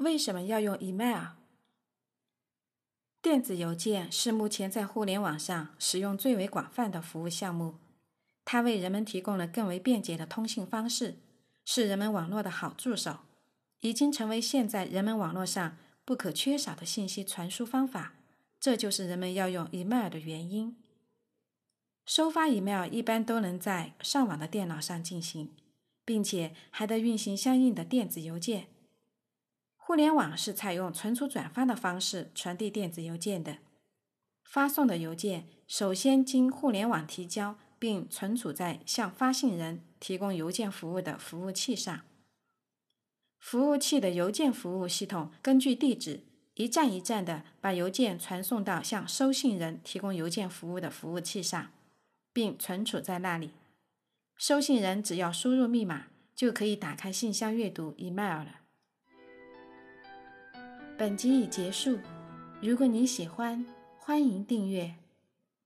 为什么要用 email？ 电子邮件是目前在互联网上使用最为广泛的服务项目，它为人们提供了更为便捷的通信方式，是人们网络的好助手，已经成为现在人们网络上不可缺少的信息传输方法，这就是人们要用 email 的原因。收发 email 一般都能在上网的电脑上进行，并且还得运行相应的电子邮件。互联网是采用存储转发的方式传递电子邮件的，发送的邮件首先经互联网提交，并存储在向发信人提供邮件服务的服务器上。服务器的邮件服务系统根据地址一站一站地把邮件传送到向收信人提供邮件服务的服务器上，并存储在那里。收信人只要输入密码，就可以打开信箱阅读 email 了。本集已结束，如果你喜欢，欢迎订阅。